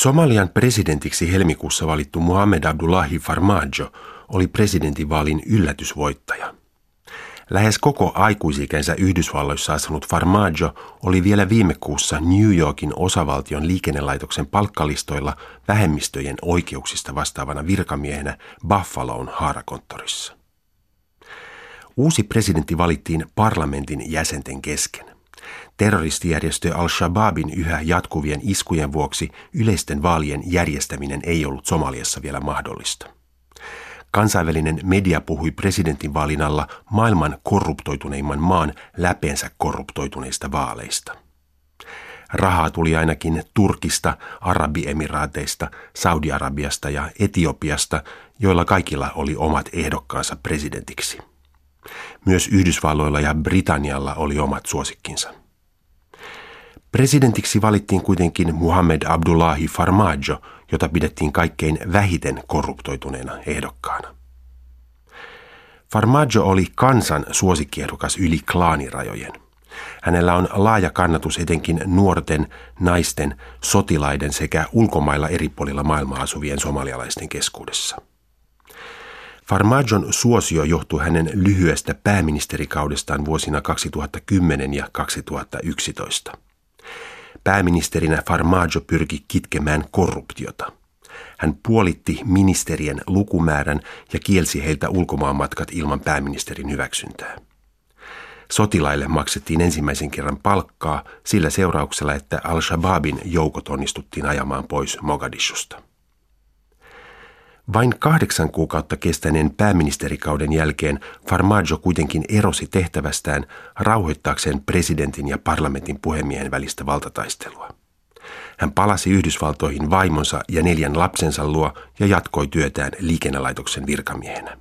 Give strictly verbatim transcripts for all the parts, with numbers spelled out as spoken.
Somalian presidentiksi helmikuussa valittu Mohamed Abdullahi Farmajo oli presidentinvaalin yllätysvoittaja. Lähes koko aikuisikänsä Yhdysvalloissa asunut Farmajo oli vielä viime kuussa New Yorkin osavaltion liikennelaitoksen palkkalistoilla vähemmistöjen oikeuksista vastaavana virkamiehenä Buffalon haarakonttorissa. Uusi presidentti valittiin parlamentin jäsenten kesken. Terroristijärjestö Al-Shabaabin yhä jatkuvien iskujen vuoksi yleisten vaalien järjestäminen ei ollut Somaliassa vielä mahdollista. Kansainvälinen media puhui presidentinvaalin alla maailman korruptoituneimman maan läpeensä korruptoituneista vaaleista. Rahaa tuli ainakin Turkista, Arabiemiraateista, Saudi-Arabiasta ja Etiopiasta, joilla kaikilla oli omat ehdokkaansa presidentiksi. Myös Yhdysvalloilla ja Britannialla oli omat suosikkinsa. Presidentiksi valittiin kuitenkin Mohamed Abdullahi Farmajo, jota pidettiin kaikkein vähiten korruptoituneena ehdokkaana. Farmajo oli kansan suosikkiehdokas yli klaanirajojen. Hänellä on laaja kannatus etenkin nuorten, naisten, sotilaiden sekä ulkomailla eri puolilla maailmaa asuvien somalialaisten keskuudessa. Farmajon suosio johtui hänen lyhyestä pääministerikaudestaan vuosina kaksituhattakymmenen ja kaksituhattayksitoista. Pääministerinä Farmajo pyrki kitkemään korruptiota. Hän puolitti ministerien lukumäärän ja kielsi heiltä ulkomaanmatkat ilman pääministerin hyväksyntää. Sotilaille maksettiin ensimmäisen kerran palkkaa sillä seurauksella, että Al-Shabaabin joukot onnistuttiin ajamaan pois Mogadishusta. Vain kahdeksan kuukautta kestäneen pääministerikauden jälkeen Farmajo kuitenkin erosi tehtävästään rauhoittaakseen presidentin ja parlamentin puhemiehen välistä valtataistelua. Hän palasi Yhdysvaltoihin vaimonsa ja neljän lapsensa luo ja jatkoi työtään liikennelaitoksen virkamiehenä.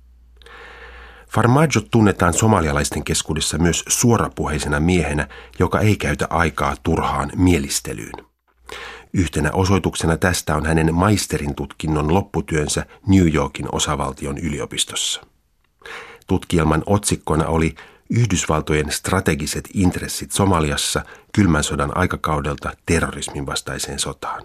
Farmajo tunnetaan somalialaisten keskuudessa myös suorapuheisena miehenä, joka ei käytä aikaa turhaan mielistelyyn. Yhtenä osoituksena tästä on hänen maisterin tutkinnon lopputyönsä New Yorkin osavaltion yliopistossa. Tutkielman otsikkona oli Yhdysvaltojen strategiset intressit Somaliassa kylmän sodan aikakaudelta terrorismin vastaiseen sotaan.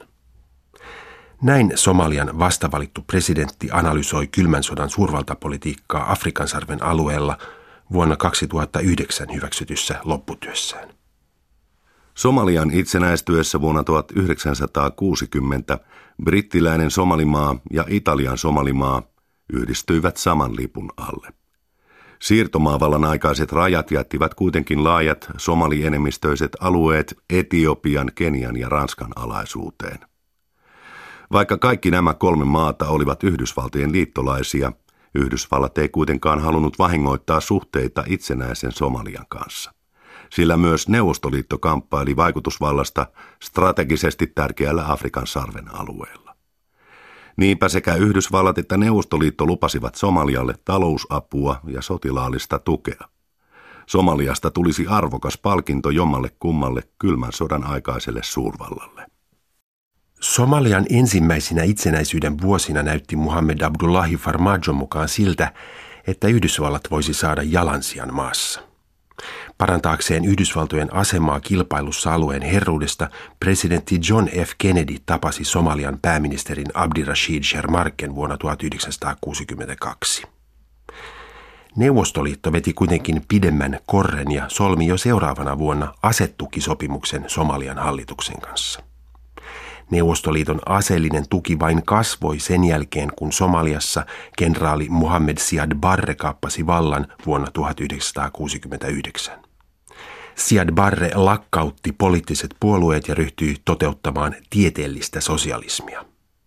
Näin Somalian vastavalittu presidentti analysoi kylmän sodan suurvaltapolitiikkaa Afrikan sarven alueella vuonna kaksituhattayhdeksän hyväksytyssä lopputyössään. Somalian itsenäistyessä vuonna tuhatyhdeksänsataakuusikymmentä brittiläinen Somalimaa ja Italian Somalimaa yhdistyivät saman lipun alle. Siirtomaavallan aikaiset rajat jättivät kuitenkin laajat somalienemmistöiset alueet Etiopian, Kenian ja Ranskan alaisuuteen. Vaikka kaikki nämä kolme maata olivat Yhdysvaltojen liittolaisia, Yhdysvallat ei kuitenkaan halunnut vahingoittaa suhteita itsenäisen Somalian kanssa. Sillä myös Neuvostoliitto kamppaili vaikutusvallasta strategisesti tärkeällä Afrikan sarven alueella. Niinpä sekä Yhdysvallat että Neuvostoliitto lupasivat Somalialle talousapua ja sotilaallista tukea. Somaliasta tulisi arvokas palkinto jommalle kummalle kylmän sodan aikaiselle suurvallalle. Somalian ensimmäisinä itsenäisyyden vuosina näytti Mohamed Abdullahi Farmajon mukaan siltä, että Yhdysvallat voisi saada jalansijan maassa. Parantaakseen Yhdysvaltojen asemaa kilpailussa alueen herruudesta presidentti John F. Kennedy tapasi Somalian pääministerin Abdirashid Shermarken vuonna tuhatyhdeksänsataakuusikymmentäkaksi. Neuvostoliitto veti kuitenkin pidemmän korren ja solmi jo seuraavana vuonna asetukisopimuksen Somalian hallituksen kanssa. Neuvostoliiton aseellinen tuki vain kasvoi sen jälkeen, kun Somaliassa kenraali Mohammed Siad Barre kaappasi vallan vuonna tuhatyhdeksänsataakuusikymmentäyhdeksän. Siad Barre lakkautti poliittiset puolueet ja ryhtyi toteuttamaan tieteellistä sosialismia.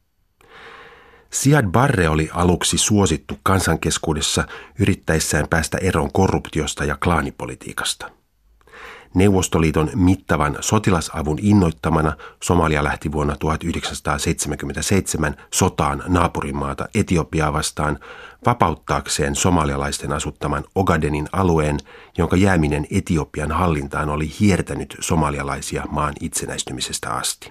Siad Barre oli aluksi suosittu kansankeskuudessa yrittäessään päästä eroon korruptiosta ja klaanipolitiikasta. Neuvostoliiton mittavan sotilasavun innoittamana Somalia lähti vuonna tuhatyhdeksänsataaseitsemänkymmentäseitsemän sotaan naapurimaata Etiopiaa vastaan vapauttaakseen somalialaisten asuttaman Ogadenin alueen, jonka jääminen Etiopian hallintaan oli hiertänyt somalialaisia maan itsenäistymisestä asti.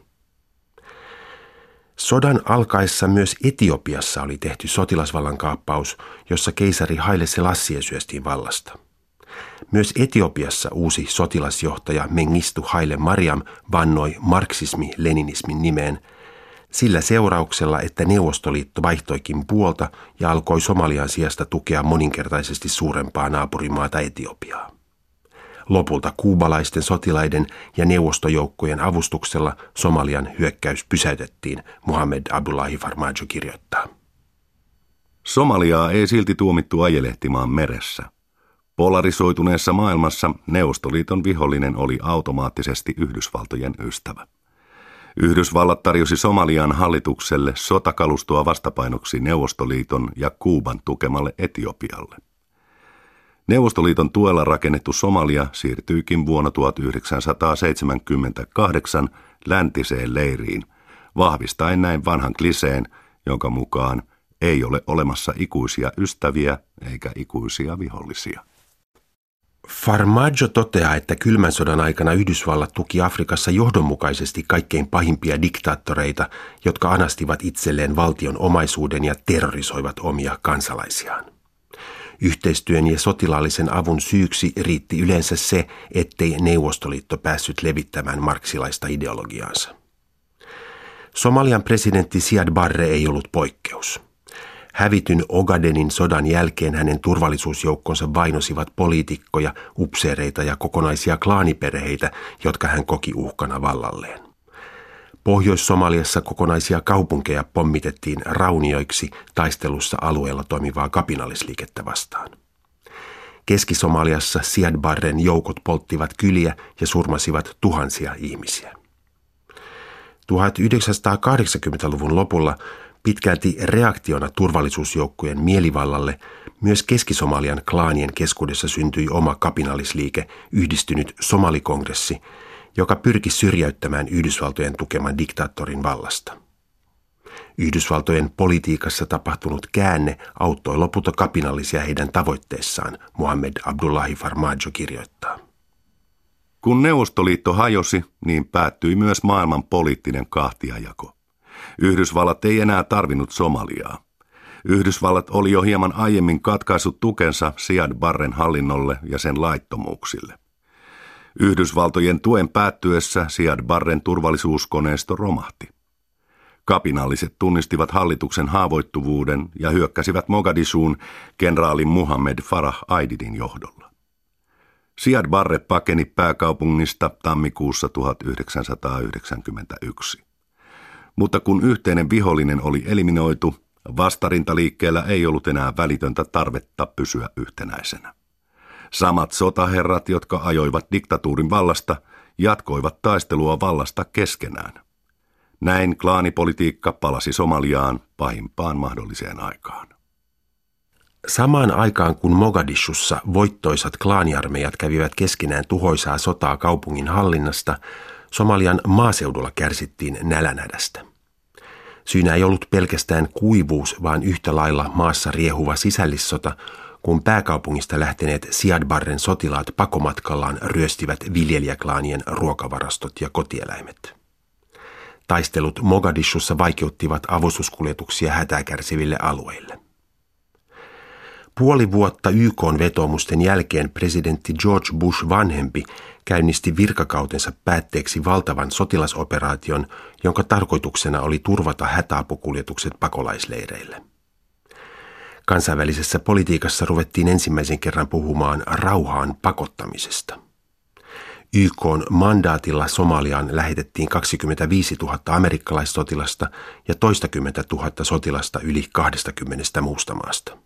Sodan alkaessa myös Etiopiassa oli tehty sotilasvallankaappaus, jossa keisari Haile Selassie syöstiin vallasta. Myös Etiopiassa uusi sotilasjohtaja Mengistu Haile Mariam vannoi marksismi-leninismin nimeen, Sillä seurauksella, että Neuvostoliitto vaihtoikin puolta ja alkoi Somalian sijasta tukea moninkertaisesti suurempaa naapurimaata Etiopiaa. Lopulta kuubalaisten sotilaiden ja neuvostojoukkojen avustuksella Somalian hyökkäys pysäytettiin, Mohamed Abdullahi Farmajo kirjoittaa. Somaliaa ei silti tuomittu ajelehtimaan meressä. Polarisoituneessa maailmassa Neuvostoliiton vihollinen oli automaattisesti Yhdysvaltojen ystävä. Yhdysvallat tarjosi Somalian hallitukselle sotakalustoa vastapainoksi Neuvostoliiton ja Kuuban tukemalle Etiopialle. Neuvostoliiton tuella rakennettu Somalia siirtyikin vuonna tuhatyhdeksänsataaseitsemänkymmentäkahdeksan läntiseen leiriin, vahvistaen näin vanhan kliseen, jonka mukaan ei ole olemassa ikuisia ystäviä eikä ikuisia vihollisia. Farmajo toteaa, että kylmän sodan aikana Yhdysvallat tuki Afrikassa johdonmukaisesti kaikkein pahimpia diktaattoreita, jotka anastivat itselleen valtion omaisuuden ja terrorisoivat omia kansalaisiaan. Yhteistyön ja sotilaallisen avun syyksi riitti yleensä se, ettei Neuvostoliitto päässyt levittämään marksilaista ideologiaansa. Somalian presidentti Siad Barre ei ollut poikkeus. Hävityn Ogadenin sodan jälkeen hänen turvallisuusjoukkonsa vainosivat poliitikkoja, upseereita ja kokonaisia klaaniperheitä, jotka hän koki uhkana vallalleen. Pohjois-Somaliassa kokonaisia kaupunkeja pommitettiin raunioiksi taistelussa alueella toimivaa kapinallisliikettä vastaan. Keski-Somaliassa Siad Barren joukot polttivat kyliä ja surmasivat tuhansia ihmisiä. tuhatyhdeksänsataakahdeksankymmentäluvun lopulla pitkälti reaktiona turvallisuusjoukkojen mielivallalle myös Keski-Somalian klaanien keskuudessa syntyi oma kapinallisliike, yhdistynyt Somalikongressi, joka pyrki syrjäyttämään Yhdysvaltojen tukeman diktaattorin vallasta. Yhdysvaltojen politiikassa tapahtunut käänne auttoi lopulta kapinallisia heidän tavoitteessaan, Mohamed Abdullahi Farmajo kirjoittaa. Kun Neuvostoliitto hajosi, niin päättyi myös maailman poliittinen kahtiajako. Yhdysvallat ei enää tarvinnut Somaliaa. Yhdysvallat oli jo hieman aiemmin katkaissut tukensa Siad Barren hallinnolle ja sen laittomuuksille. Yhdysvaltojen tuen päättyessä Siad Barren turvallisuuskoneisto romahti. Kapinalliset tunnistivat hallituksen haavoittuvuuden ja hyökkäsivät Mogadishuun kenraali Mohammed Farah Aididin johdolla. Siad Barre pakeni pääkaupungista tammikuussa tuhatyhdeksänsataayhdeksänkymmentäyksi. Mutta kun yhteinen vihollinen oli eliminoitu, vastarintaliikkeellä ei ollut enää välitöntä tarvetta pysyä yhtenäisenä. Samat sotaherrat, jotka ajoivat diktatuurin vallasta, jatkoivat taistelua vallasta keskenään. Näin klaanipolitiikka palasi Somaliaan pahimpaan mahdolliseen aikaan. Samaan aikaan kun Mogadishussa voittoisat klaaniarmeijat kävivät keskenään tuhoisaa sotaa kaupungin hallinnasta, Somalian maaseudulla kärsittiin nälänhädästä. Syynä ei ollut pelkästään kuivuus, vaan yhtä lailla maassa riehuva sisällissota, kun pääkaupungista lähteneet Siad Barren sotilaat pakomatkallaan ryöstivät viljelijäklaanien ruokavarastot ja kotieläimet. Taistelut Mogadishussa vaikeuttivat avustuskuljetuksia hätää kärsiville alueille. Puoli vuotta Y K:n vetoomusten jälkeen presidentti George Bush vanhempi käynnisti virkakautensa päätteeksi valtavan sotilasoperaation, jonka tarkoituksena oli turvata hätäapukuljetukset pakolaisleireille. Kansainvälisessä politiikassa ruvettiin ensimmäisen kerran puhumaan rauhaan pakottamisesta. Y K:n mandaatilla Somaliaan lähetettiin kaksikymmentäviisituhatta amerikkalaissotilasta ja toistakymmentä tuhatta sotilasta yli kaksikymmentä muusta maasta.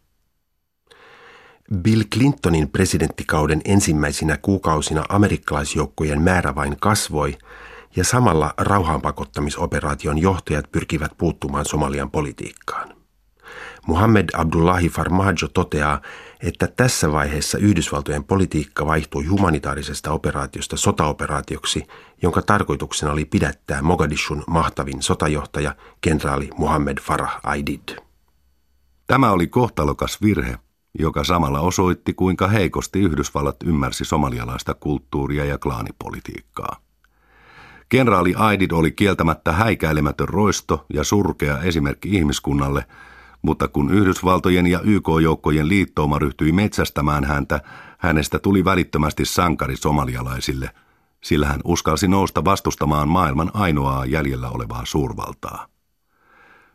Bill Clintonin presidenttikauden ensimmäisinä kuukausina amerikkalaisjoukkojen määrä vain kasvoi ja samalla rauhaanpakottamisoperaation johtajat pyrkivät puuttumaan Somalian politiikkaan. Mohamed Abdullahi Farmajo toteaa, että tässä vaiheessa Yhdysvaltojen politiikka vaihtui humanitaarisesta operaatiosta sotaoperaatioksi, jonka tarkoituksena oli pidättää Mogadishun mahtavin sotajohtaja, kenraali Mohammed Farah Aidid. Tämä oli kohtalokas virhe, joka samalla osoitti, kuinka heikosti Yhdysvallat ymmärsi somalialaista kulttuuria ja klaanipolitiikkaa. Kenraali Aidid oli kieltämättä häikäilemätön roisto ja surkea esimerkki ihmiskunnalle, mutta kun Yhdysvaltojen ja Y K-joukkojen liittouma ryhtyi metsästämään häntä, hänestä tuli välittömästi sankari somalialaisille, sillä hän uskalsi nousta vastustamaan maailman ainoaa jäljellä olevaa suurvaltaa.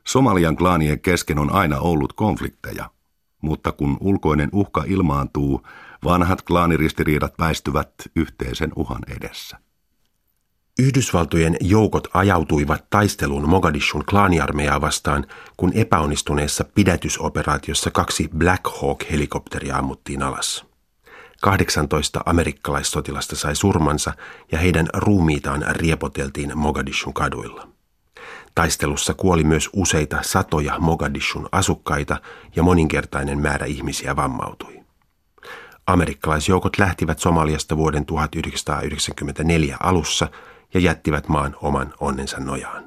Somalian klaanien kesken on aina ollut konflikteja, mutta kun ulkoinen uhka ilmaantuu, vanhat klaaniristiriidat väistyvät yhteisen uhan edessä. Yhdysvaltojen joukot ajautuivat taisteluun Mogadishun klaaniarmeijaa vastaan, kun epäonnistuneessa pidätysoperaatiossa kaksi Black Hawk-helikopteria ammuttiin alas. kahdeksantoista amerikkalaissotilasta sai surmansa ja heidän ruumiitaan riepoteltiin Mogadishun kaduilla. Taistelussa kuoli myös useita satoja Mogadishun asukkaita ja moninkertainen määrä ihmisiä vammautui. Amerikkalaisjoukot lähtivät Somaliasta vuoden tuhatyhdeksänsataayhdeksänkymmentäneljä alussa ja jättivät maan oman onnensa nojaan.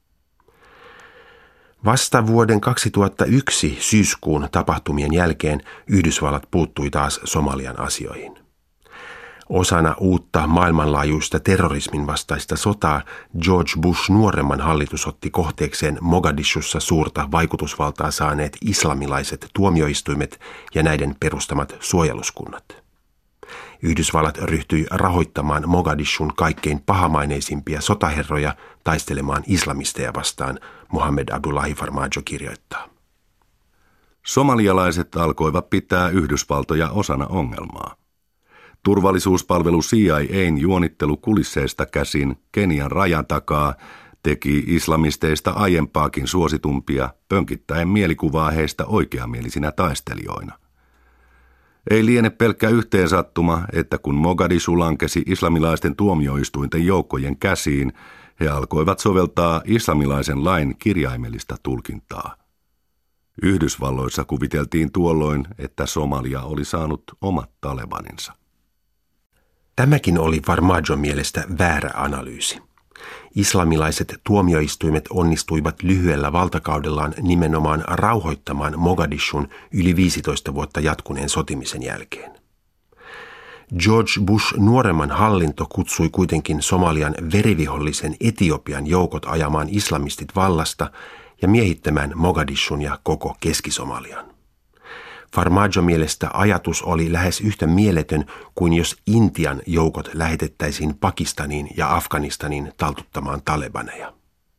Vasta vuoden kaksituhattayksi syyskuun tapahtumien jälkeen Yhdysvallat puuttui taas Somalian asioihin. Osana uutta maailmanlaajuista terrorismin vastaista sotaa George Bush nuoremman hallitus otti kohteekseen Mogadishussa suurta vaikutusvaltaa saaneet islamilaiset tuomioistuimet ja näiden perustamat suojeluskunnat. Yhdysvallat ryhtyi rahoittamaan Mogadishun kaikkein pahamaineisimpia sotaherroja taistelemaan islamisteja vastaan, Mohammed Abdullahi Farmajo kirjoittaa. Somalialaiset alkoivat pitää Yhdysvaltoja osana ongelmaa. Turvallisuuspalvelu C I A:n juonittelu kulisseista käsin Kenian rajan takaa teki islamisteista aiempaakin suositumpia, pönkittäen mielikuvaa heistä oikeamielisinä taistelijoina. Ei liene pelkkä yhteensattuma, että kun Mogadishu lankesi islamilaisten tuomioistuinten joukkojen käsiin, he alkoivat soveltaa islamilaisen lain kirjaimellista tulkintaa. Yhdysvalloissa kuviteltiin tuolloin, että Somalia oli saanut omat Talebaninsa. Tämäkin oli Farmajon mielestä väärä analyysi. Islamilaiset tuomioistuimet onnistuivat lyhyellä valtakaudellaan nimenomaan rauhoittamaan Mogadishun yli viisitoista vuotta jatkuneen sotimisen jälkeen. George Bush nuoremman hallinto kutsui kuitenkin Somalian verivihollisen Etiopian joukot ajamaan islamistit vallasta ja miehittämään Mogadishun ja koko Keski-Somalian. Farmajon mielestä ajatus oli lähes yhtä mieletön kuin jos Intian joukot lähetettäisiin Pakistaniin ja Afganistaniin taltuttamaan talebaneja.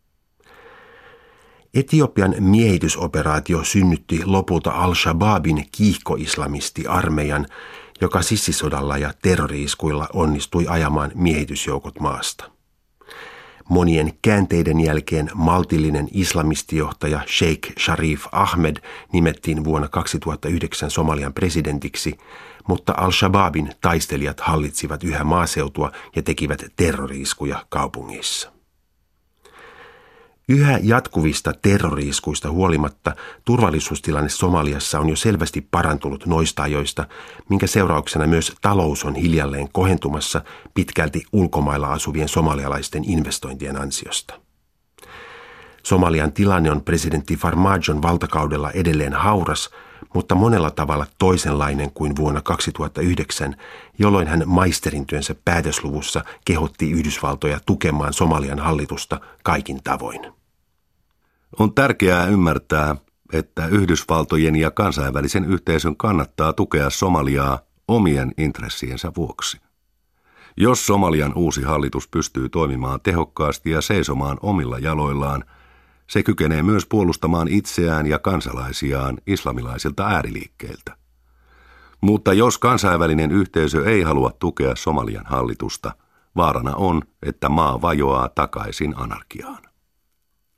Etiopian miehitysoperaatio synnytti lopulta Al-Shabaabin kiihkoislamisti-armeijan, joka sissisodalla ja terrori-iskuilla onnistui ajamaan miehitysjoukot maasta. Monien käänteiden jälkeen maltillinen islamistijohtaja Sheikh Sharif Ahmed nimettiin vuonna kaksituhattayhdeksän Somalian presidentiksi, mutta Al-Shabaabin taistelijat hallitsivat yhä maaseutua ja tekivät terrori-iskuja kaupungeissa. Yhä jatkuvista terrori-iskuista huolimatta turvallisuustilanne Somaliassa on jo selvästi parantunut noista ajoista, minkä seurauksena myös talous on hiljalleen kohentumassa pitkälti ulkomailla asuvien somalialaisten investointien ansiosta. Somalian tilanne on presidentti Farmajon valtakaudella edelleen hauras, mutta monella tavalla toisenlainen kuin vuonna kaksituhattayhdeksän, jolloin hän maisterin-työnsä päätösluvussa kehotti Yhdysvaltoja tukemaan Somalian hallitusta kaikin tavoin. On tärkeää ymmärtää, että Yhdysvaltojen ja kansainvälisen yhteisön kannattaa tukea Somaliaa omien intressiensä vuoksi. Jos Somalian uusi hallitus pystyy toimimaan tehokkaasti ja seisomaan omilla jaloillaan, se kykenee myös puolustamaan itseään ja kansalaisiaan islamilaisilta ääriliikkeiltä. Mutta jos kansainvälinen yhteisö ei halua tukea Somalian hallitusta, vaarana on, että maa vajoaa takaisin anarkiaan.